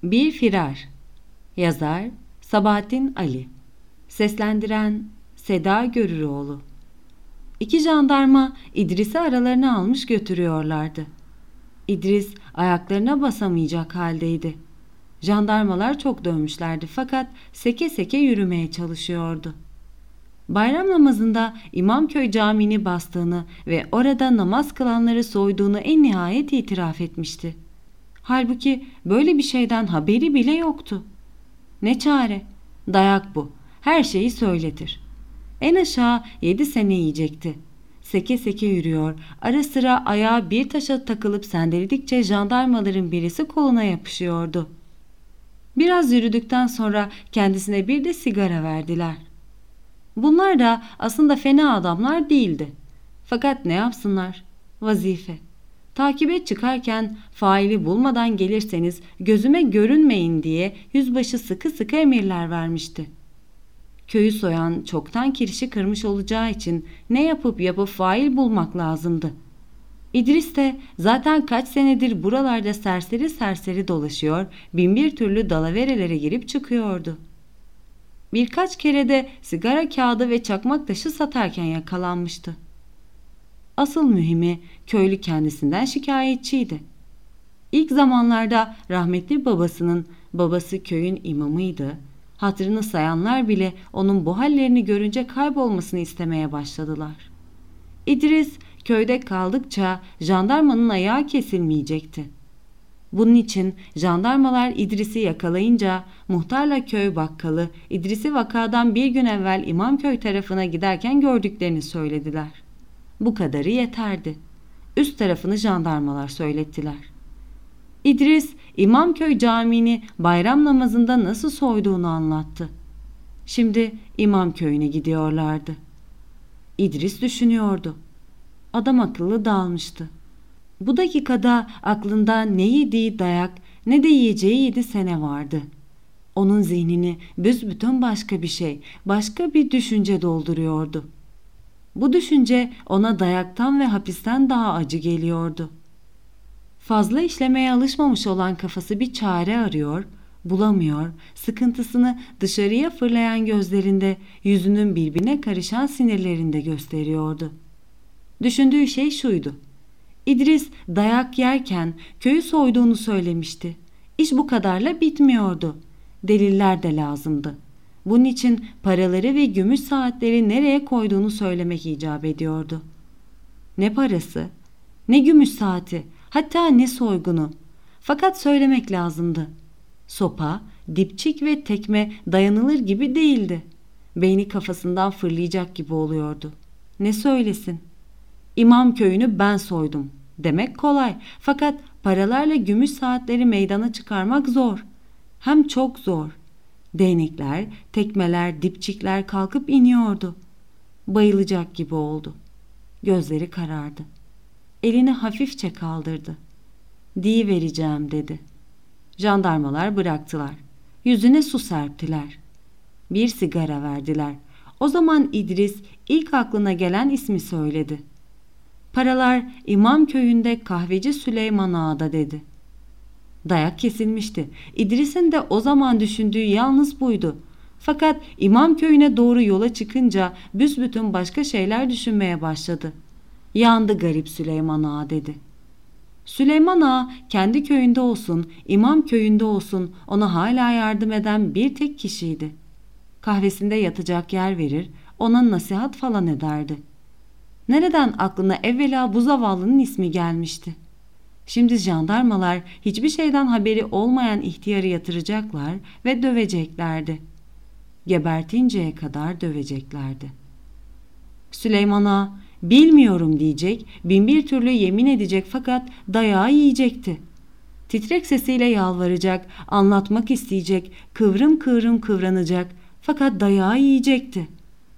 Bir Firar. Yazar Sabahattin Ali. Seslendiren Seda Görüroğlu. İki jandarma İdris'i aralarına almış götürüyorlardı. İdris ayaklarına basamayacak haldeydi. Jandarmalar çok dövmüşlerdi fakat seke seke yürümeye çalışıyordu. Bayram namazında İmamköy Camii'ni bastığını ve orada namaz kılanları soyduğunu en nihayet itiraf etmişti. Halbuki böyle bir şeyden haberi bile yoktu. Ne çare? Dayak bu. Her şeyi söyletir. En aşağı 7 sene yiyecekti. Seke seke yürüyor, ara sıra ayağı bir taşa takılıp sendeledikçe jandarmaların birisi koluna yapışıyordu. Biraz yürüdükten sonra kendisine bir de sigara verdiler. Bunlar da aslında fena adamlar değildi. Fakat ne yapsınlar? Vazife. Takibe çıkarken faili bulmadan gelirseniz gözüme görünmeyin diye yüzbaşı sıkı sıkı emirler vermişti. Köyü soyan çoktan kirişi kırmış olacağı için ne yapıp fail bulmak lazımdı. İdris de zaten kaç senedir buralarda serseri serseri dolaşıyor, binbir türlü dalaverelere girip çıkıyordu. Birkaç kere de sigara kağıdı ve çakmak taşı satarken yakalanmıştı. Asıl mühimi köylü kendisinden şikayetçiydi. İlk zamanlarda rahmetli babası köyün imamıydı. Hatırını sayanlar bile onun bu hallerini görünce kaybolmasını istemeye başladılar. İdris köyde kaldıkça jandarmanın ayağı kesilmeyecekti. Bunun için jandarmalar İdris'i yakalayınca muhtarla köy bakkalı İdris'i vakadan bir gün evvel İmamköy tarafına giderken gördüklerini söylediler. Bu kadarı yeterdi. Üst tarafını jandarmalar söylettiler. İdris İmamköy Camii'ni bayram namazında nasıl soyduğunu anlattı. Şimdi İmamköy'üne gidiyorlardı. İdris düşünüyordu. Adam akıllı dağılmıştı. Bu dakikada aklında ne yediği dayak ne de yiyeceği 7 sene vardı. Onun zihnini büsbütün başka bir şey, başka bir düşünce dolduruyordu. Bu düşünce ona dayaktan ve hapisten daha acı geliyordu. Fazla işlemeye alışmamış olan kafası bir çare arıyor, bulamıyor, sıkıntısını dışarıya fırlayan gözlerinde, yüzünün birbirine karışan sinirlerinde gösteriyordu. Düşündüğü şey şuydu. İdris dayak yerken köyü soyduğunu söylemişti. İş bu kadarla bitmiyordu. Deliller de lazımdı. Bunun için paraları ve gümüş saatleri nereye koyduğunu söylemek icap ediyordu. Ne parası, ne gümüş saati, hatta ne soygunu. Fakat söylemek lazımdı. Sopa, dipçik ve tekme dayanılır gibi değildi. Beyni kafasından fırlayacak gibi oluyordu. Ne söylesin? İmamköy'ünü ben soydum demek kolay. Fakat paralarla gümüş saatleri meydana çıkarmak zor. Hem çok zor. Değnekler, tekmeler, dipçikler kalkıp iniyordu. Bayılacak gibi oldu. Gözleri karardı. Elini hafifçe kaldırdı. "Diyivereceğim" dedi. Jandarmalar bıraktılar. Yüzüne su serptiler. Bir sigara verdiler. O zaman İdris ilk aklına gelen ismi söyledi. "Paralar İmamköy'ünde kahveci Süleyman Ağa'da" dedi. Dayak kesilmişti. İdris'in de o zaman düşündüğü yalnız buydu. Fakat İmamköy'üne doğru yola çıkınca büsbütün başka şeyler düşünmeye başladı. "Yandı garip Süleyman Ağa" dedi. Süleyman Ağa kendi köyünde olsun, İmamköy'ünde olsun ona hala yardım eden bir tek kişiydi. Kahvesinde yatacak yer verir, ona nasihat falan ederdi. Nereden aklına evvela bu zavallının ismi gelmişti? Şimdi jandarmalar hiçbir şeyden haberi olmayan ihtiyarı yatıracaklar ve döveceklerdi. Gebertinceye kadar döveceklerdi. Süleyman Ağa bilmiyorum diyecek, binbir türlü yemin edecek fakat dayağı yiyecekti. Titrek sesiyle yalvaracak, anlatmak isteyecek, kıvrım kıvrım kıvranacak fakat dayağı yiyecekti.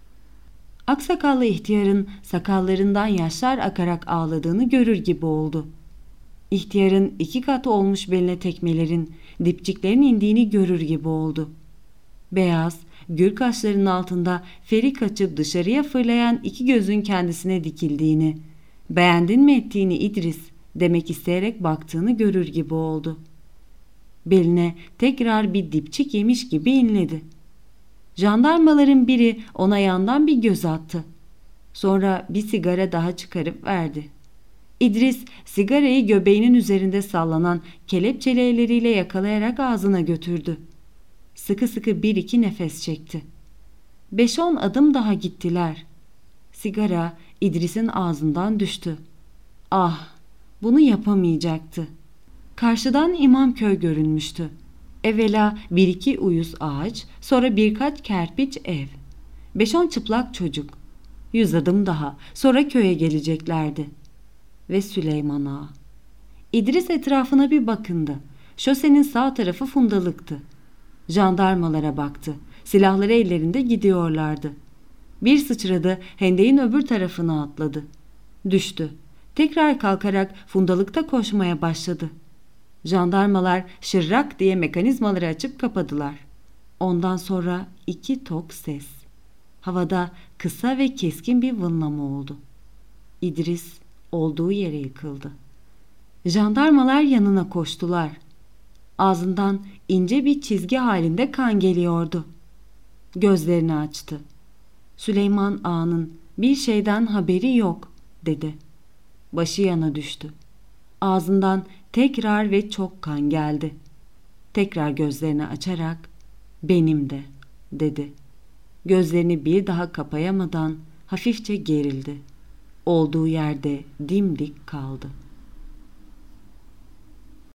Aksakallı ihtiyarın sakallarından yaşlar akarak ağladığını görür gibi oldu. İhtiyarın 2 kat olmuş beline tekmelerin, dipçiklerin indiğini görür gibi oldu. Beyaz, gür kaşlarının altında ferik açıp dışarıya fırlayan 2 gözün kendisine dikildiğini, "Beğendin mi ettiğini İdris?" demek isteyerek baktığını görür gibi oldu. Beline tekrar bir dipçik yemiş gibi inledi. Jandarmaların biri ona yandan bir göz attı. Sonra bir sigara daha çıkarıp verdi. İdris sigarayı göbeğinin üzerinde sallanan kelepçeli elleriyle yakalayarak ağzına götürdü. Sıkı sıkı bir iki nefes çekti. 5-10 adım daha gittiler. Sigara İdris'in ağzından düştü. Ah, bunu yapamayacaktı. Karşıdan İmamköy görünmüştü. Evvela 1-2 uyuz ağaç, sonra birkaç kerpiç ev. 5-10 çıplak çocuk. 100 adım daha, sonra köye geleceklerdi. Ve Süleyman Ağa. İdris etrafına bir bakındı. Şosenin sağ tarafı fundalıktı. Jandarmalara baktı. Silahları ellerinde gidiyorlardı. Bir sıçradı, hendeğin öbür tarafına atladı. Düştü. Tekrar kalkarak fundalıkta koşmaya başladı. Jandarmalar şırrak diye mekanizmaları açıp kapadılar. Ondan sonra 2 tok ses. Havada kısa ve keskin bir vınlama oldu. İdris olduğu yere yıkıldı. Jandarmalar yanına koştular. Ağzından ince bir çizgi halinde kan geliyordu. Gözlerini açtı. Süleyman Ağa'nın bir şeyden haberi yok dedi. Başı yana düştü. Ağzından tekrar ve çok kan geldi. Tekrar gözlerini açarak benim de dedi. Gözlerini bir daha kapayamadan hafifçe gerildi. Olduğu yerde dimdik kaldı.